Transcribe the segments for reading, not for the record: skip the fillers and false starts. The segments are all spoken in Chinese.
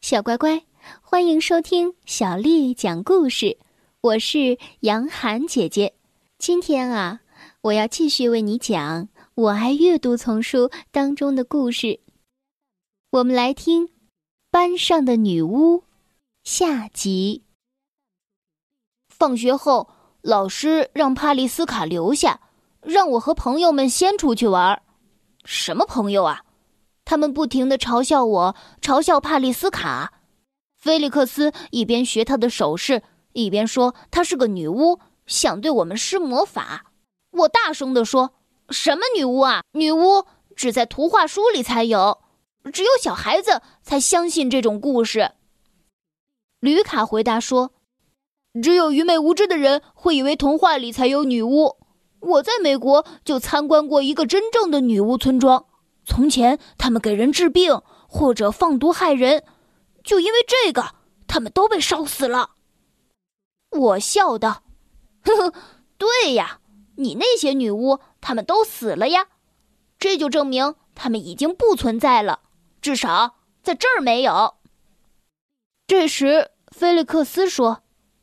小乖乖，欢迎收听小丽讲故事，我是杨涵姐姐。今天啊，我要继续为你讲《我爱阅读》丛书当中的故事。我们来听《班上的女巫》下集。放学后，老师让帕丽斯卡留下，让我和朋友们先出去玩。什么朋友啊？他们不停地嘲笑我，嘲笑帕丽斯卡。菲利克斯一边学她的手势，一边说她是个女巫，想对我们施魔法。我大声地说：什么女巫啊？女巫只在图画书里才有，只有小孩子才相信这种故事。吕卡回答说：只有愚昧无知的人会以为童话里才有女巫。我在美国就参观过一个真正的女巫村庄，从前他们给人治病或者放毒害人，就因为这个他们都被烧死了。我笑道：呵呵，对呀，你那些女巫他们都死了呀，这就证明他们已经不存在了，至少在这儿没有。这时菲利克斯说：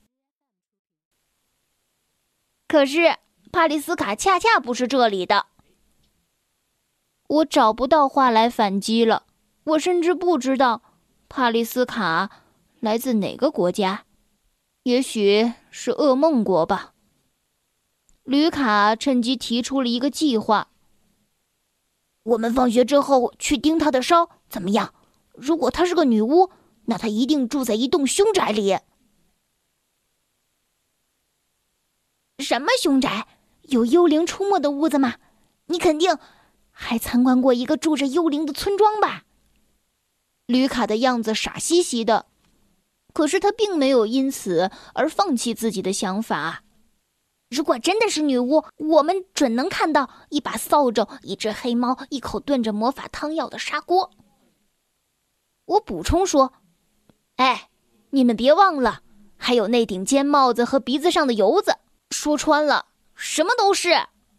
可是帕丽斯卡恰恰不是这里的。我找不到话来反击了，我甚至不知道帕丽斯卡来自哪个国家，也许是噩梦国吧。吕卡趁机提出了一个计划：我们放学之后去盯她的梢，怎么样？如果她是个女巫，那她一定住在一栋凶宅里。什么凶宅？有幽灵出没的屋子吗？你肯定还参观过一个住着幽灵的村庄吧？吕卡的样子傻兮兮的，可是他并没有因此而放弃自己的想法。如果真的是女巫，我们准能看到一把扫帚、一只黑猫、一口炖着魔法汤药的砂锅。我补充说：哎，你们别忘了，还有那顶尖帽子和鼻子上的油子，说穿了，什么都是。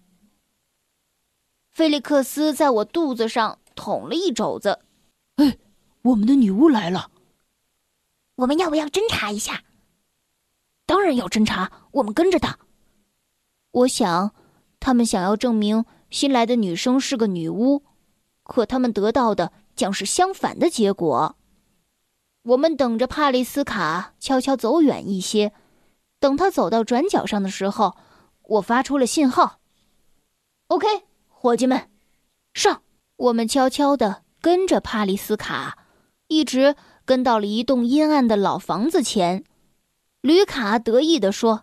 菲利克斯在我肚子上捅了一肘子。 哎，我们的女巫来了。 我们要不要侦查一下？当然要侦查，我们跟着她。我想，他们想要证明新来的女生是个女巫，可他们得到的将是相反的结果。我们等着帕丽斯卡悄悄走远一些，等她走到转角上的时候，我发出了信号。OK， 伙计们，上！我们悄悄地跟着帕丽斯卡，一直跟到了一栋阴暗的老房子前。吕卡得意地说：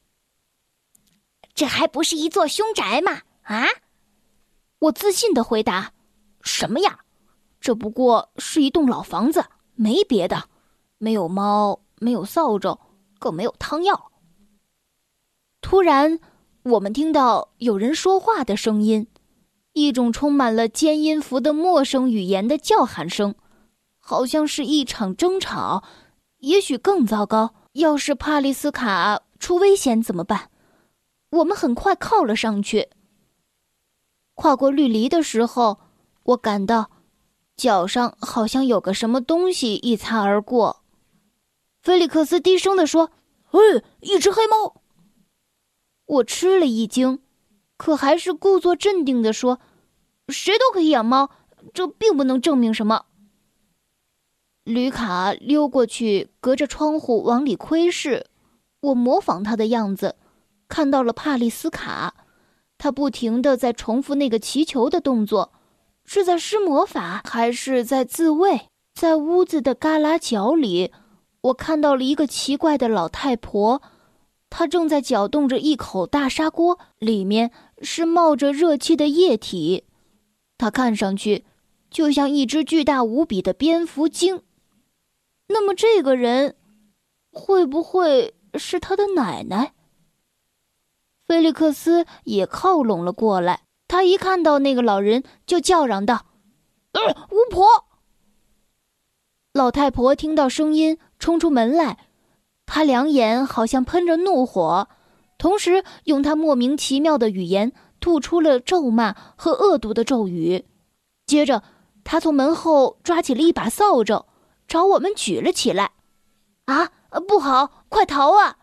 这还不是一座凶宅吗？啊？我自信地回答：什么呀？这不过是一栋老房子，没别的，没有猫，没有扫帚，更没有汤药。突然，我们听到有人说话的声音，一种充满了尖音符的陌生语言的叫喊声，好像是一场争吵，也许更糟糕。要是帕丽斯卡出危险怎么办？我们很快靠了上去。跨过绿篱的时候，我感到脚上好像有个什么东西一擦而过。菲利克斯低声地说：一只黑猫。我吃了一惊，可还是故作镇定地说：谁都可以养猫，这并不能证明什么。吕卡溜过去，隔着窗户往里窥视。我模仿他的样子，看到了帕丽斯卡，他不停地在重复那个祈求的动作，是在施魔法还是在自卫？在屋子的旮旯角里，我看到了一个奇怪的老太婆，她正在搅动着一口大砂锅，里面是冒着热气的液体。她看上去就像一只巨大无比的蝙蝠精。那么这个人会不会是他的奶奶？菲利克斯也靠拢了过来，他一看到那个老人就叫嚷道：巫婆！老太婆听到声音冲出门来，她两眼好像喷着怒火，同时用她莫名其妙的语言吐出了咒骂和恶毒的咒语。接着她从门后抓起了一把扫帚， 朝我们举了起来。啊，不好，快逃啊！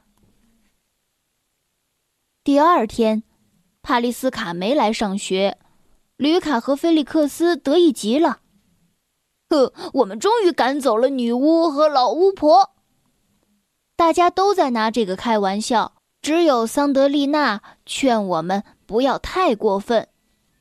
第二天，帕丽斯卡没来上学，吕卡和菲利克斯得意极了。我们终于赶走了女巫和老巫婆。大家都在拿这个开玩笑，只有桑德丽娜劝我们不要太过分。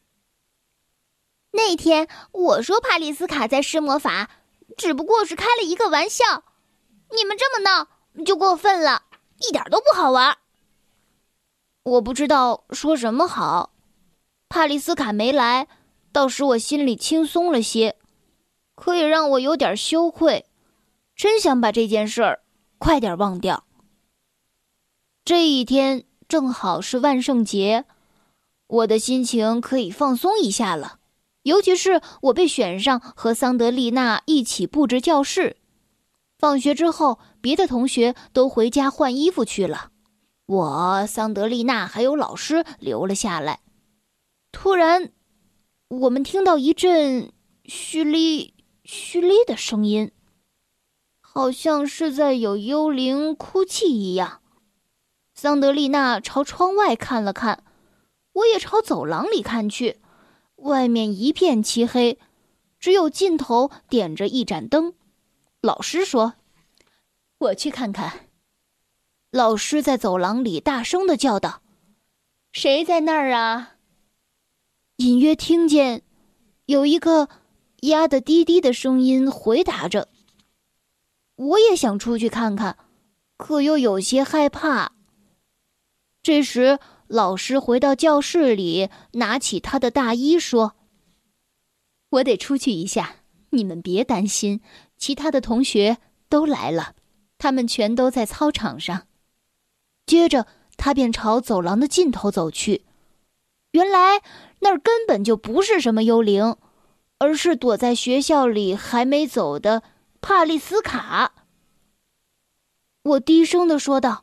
那天我说帕丽斯卡在施魔法，只不过是开了一个玩笑，你们这么闹就过分了，一点都不好玩。 我不知道说什么好，帕丽斯卡没来，倒使我心里轻松了些，可也让我有点羞愧，真想把这件事儿快点忘掉。这一天正好是万圣节，我的心情可以放松一下了，尤其是我被选上和桑德丽娜一起布置教室。放学之后，别的同学都回家换衣服去了，我、桑德丽娜还有老师留了下来。突然，我们听到一阵嘘哩嘘哩的声音，好像是在有幽灵哭泣一样。桑德丽娜朝窗外看了看，我也朝走廊里看去，外面一片漆黑，只有尽头点着一盏灯。老师说：“我去看看。”老师在走廊里大声地叫道：“谁在那儿啊？”隐约听见有一个压得低低的声音回答着。我也想出去看看，可又有些害怕。这时，老师回到教室里，拿起他的大衣说：“我得出去一下，你们别担心，其他的同学都来了，他们全都在操场上。”接着，他便朝走廊的尽头走去。原来那儿根本就不是什么幽灵，而是躲在学校里还没走的帕丽斯卡。我低声地说道：“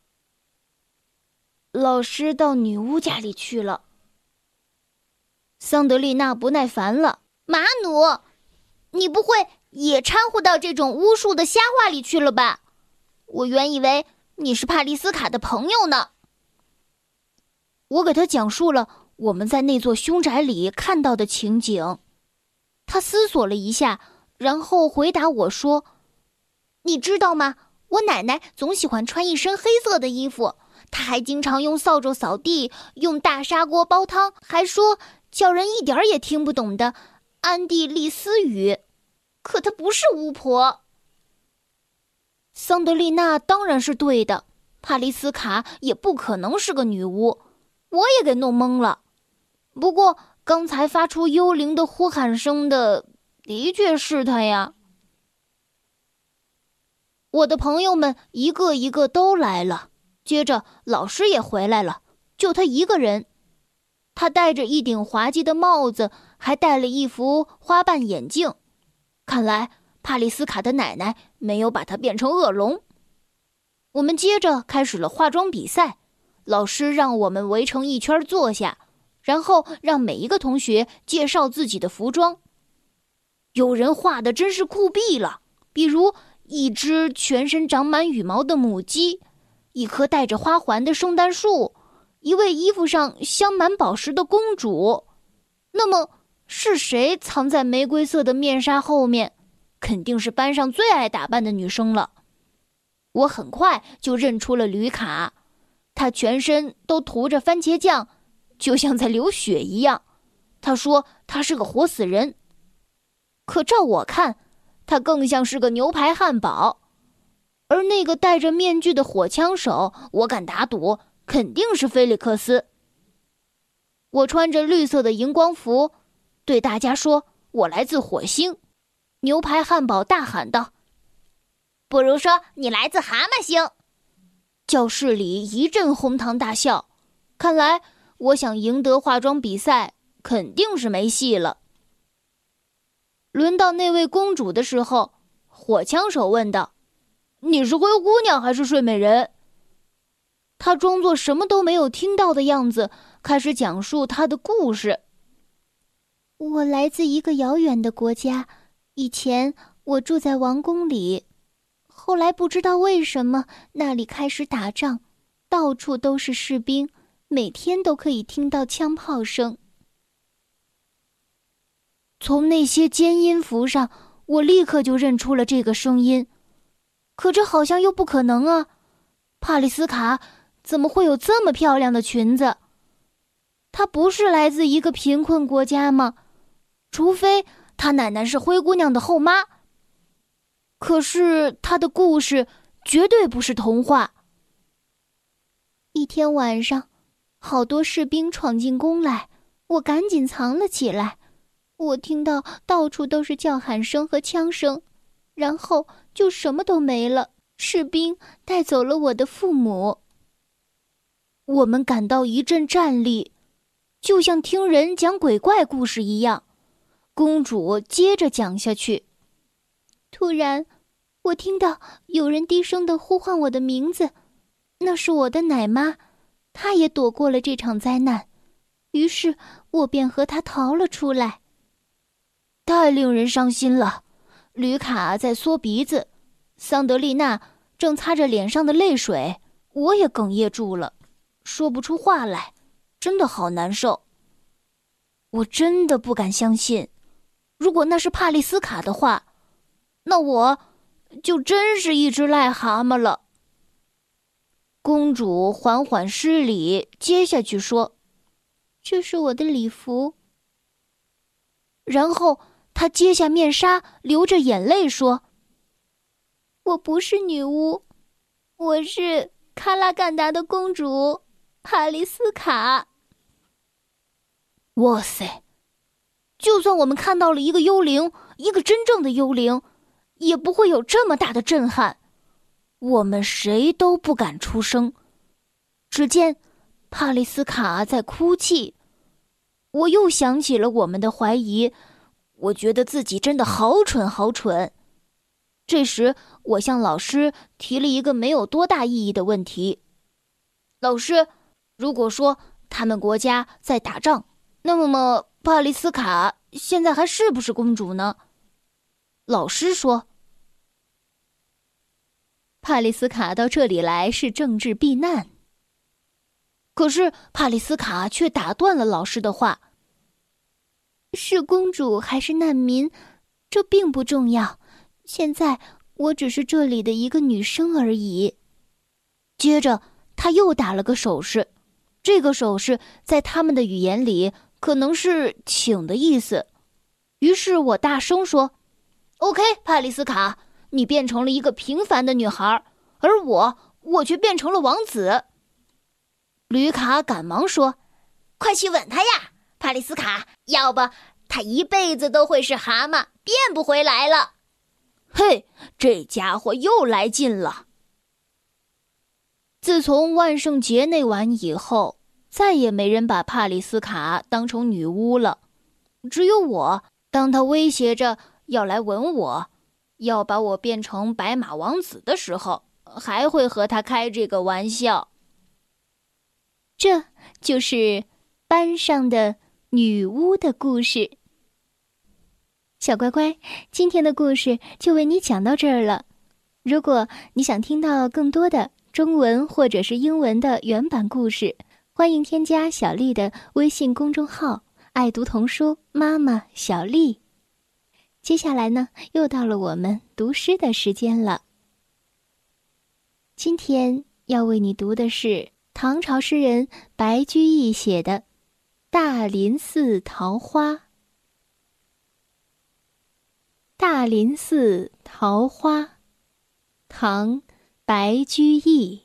老师到女巫家里去了。”桑德丽娜不耐烦了：“ 马努，你不会也掺和到这种巫术的瞎话里去了吧？我原以为你是帕丽斯卡的朋友呢。” 我给他讲述了我们在那座凶宅里看到的情景。他思索了一下，然后回答我说：“ 你知道吗？我奶奶总喜欢穿一身黑色的衣服，她还经常用扫帚扫地，用大砂锅煲汤，还说叫人一点儿也听不懂的安地利斯语。可她不是巫婆。” 桑德丽娜当然是对的，帕丽斯卡也不可能是个女巫，我也给弄懵了。不过刚才发出幽灵的呼喊声的确是她呀。我的朋友们一个一个都来了，接着老师也回来了，就他一个人。他戴着一顶滑稽的帽子，还戴了一副花瓣眼镜。看来帕丽斯卡的奶奶没有把他变成恶龙。我们接着开始了化妆比赛，老师让我们围成一圈坐下，然后让每一个同学介绍自己的服装。有人画的真是酷毙了，比如一只全身长满羽毛的母鸡，一棵带着花环的圣诞树，一位衣服上镶满宝石的公主。那么是谁藏在玫瑰色的面纱后面？肯定是班上最爱打扮的女生了。我很快就认出了吕卡，她全身都涂着番茄酱，就像在流血一样。她说她是个活死人，可照我看，她更像是个牛排汉堡。而那个戴着面具的火枪手，我敢打赌肯定是菲利克斯。我穿着绿色的荧光服，对大家说我来自火星。牛排汉堡大喊道：“ 不如说你来自蛤蟆星。” 教室里一阵哄堂大笑，看来我想赢得化妆比赛肯定是没戏了。轮到那位公主的时候，火枪手问道：“你是灰姑娘还是睡美人？”她装作什么都没有听到的样子，开始讲述她的故事。 我来自一个遥远的国家，以前我住在王宫里，后来不知道为什么那里开始打仗，到处都是士兵，每天都可以听到枪炮声。 从那些尖音符上，我立刻就认出了这个声音。可这好像又不可能啊！帕丽斯卡怎么会有这么漂亮的裙子？她不是来自一个贫困国家吗？除非她奶奶是灰姑娘的后妈。可是她的故事绝对不是童话。 一天晚上，好多士兵闯进宫来，我赶紧藏了起来。我听到到处都是叫喊声和枪声，然后就什么都没了。士兵带走了我的父母。 我们感到一阵战栗，就像听人讲鬼怪故事一样。公主接着讲下去。 突然，我听到有人低声地呼唤我的名字，那是我的奶妈，她也躲过了这场灾难，于是我便和她逃了出来。 太令人伤心了，吕卡在缩鼻子，桑德丽娜正擦着脸上的泪水，我也哽咽住了，说不出话来，真的好难受。我真的不敢相信，如果那是帕丽斯卡的话，那我就真是一只癞蛤蟆了。公主缓缓施礼，接下去说：“ 这是我的礼服。” 然后她揭下面纱，流着眼泪说：“ 我不是女巫，我是卡拉干达的公主帕丽斯卡。” 哇塞！就算我们看到了一个幽灵，一个真正的幽灵，也不会有这么大的震撼。我们谁都不敢出声。只见帕丽斯卡在哭泣。我又想起了我们的怀疑，我觉得自己真的好蠢好蠢。这时我向老师提了一个没有多大意义的问题：老师，如果说他们国家在打仗，那么帕丽斯卡现在还是不是公主呢？老师说，帕丽斯卡到这里来是政治避难。可是帕丽斯卡却打断了老师的话：“ 是公主还是难民，这并不重要。现在我只是这里的一个女生而已。” 接着她又打了个手势，这个手势在他们的语言里可能是请的意思。于是我大声说： OK， 帕丽斯卡，你变成了一个平凡的女孩，而我却变成了王子。吕卡赶忙说：快去吻他呀，帕丽斯卡，要不他一辈子都会是蛤蟆，变不回来了。嘿，这家伙又来劲了。自从万圣节那晚以后，再也没人把帕丽斯卡当成女巫了。只有我，当他威胁着要来吻我，要把我变成白马王子的时候，还会和他开这个玩笑。 这就是班上的女巫的故事。小乖乖，今天的故事就为你讲到这儿了。如果你想听到更多的中文或者是英文的原版故事，欢迎添加小丽的微信公众号爱读童书妈妈小丽。接下来呢，又到了我们读诗的时间了。今天要为你读的是唐朝诗人白居易写的《大林寺桃花》。大林寺桃花，唐·白居易。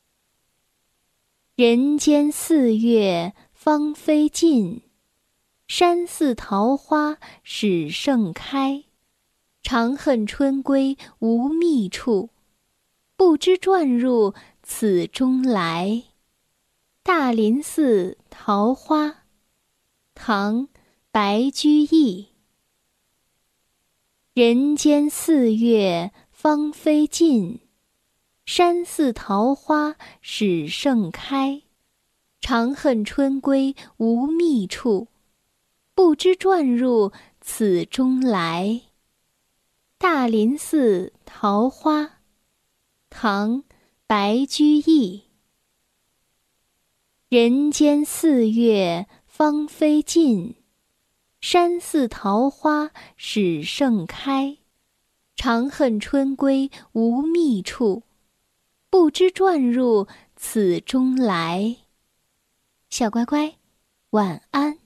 人间四月芳菲尽，山寺桃花始盛开。长恨春归无觅处，不知转入此中来。大林寺桃花，唐·白居易。人间四月芳菲尽，山寺桃花始盛开。长恨春归无觅处，不知转入此中来。 大林寺桃花，唐·白居易。人间四月芳菲尽，山寺桃花始盛开。长恨春归无觅处，不知转入此中来。小乖乖，晚安。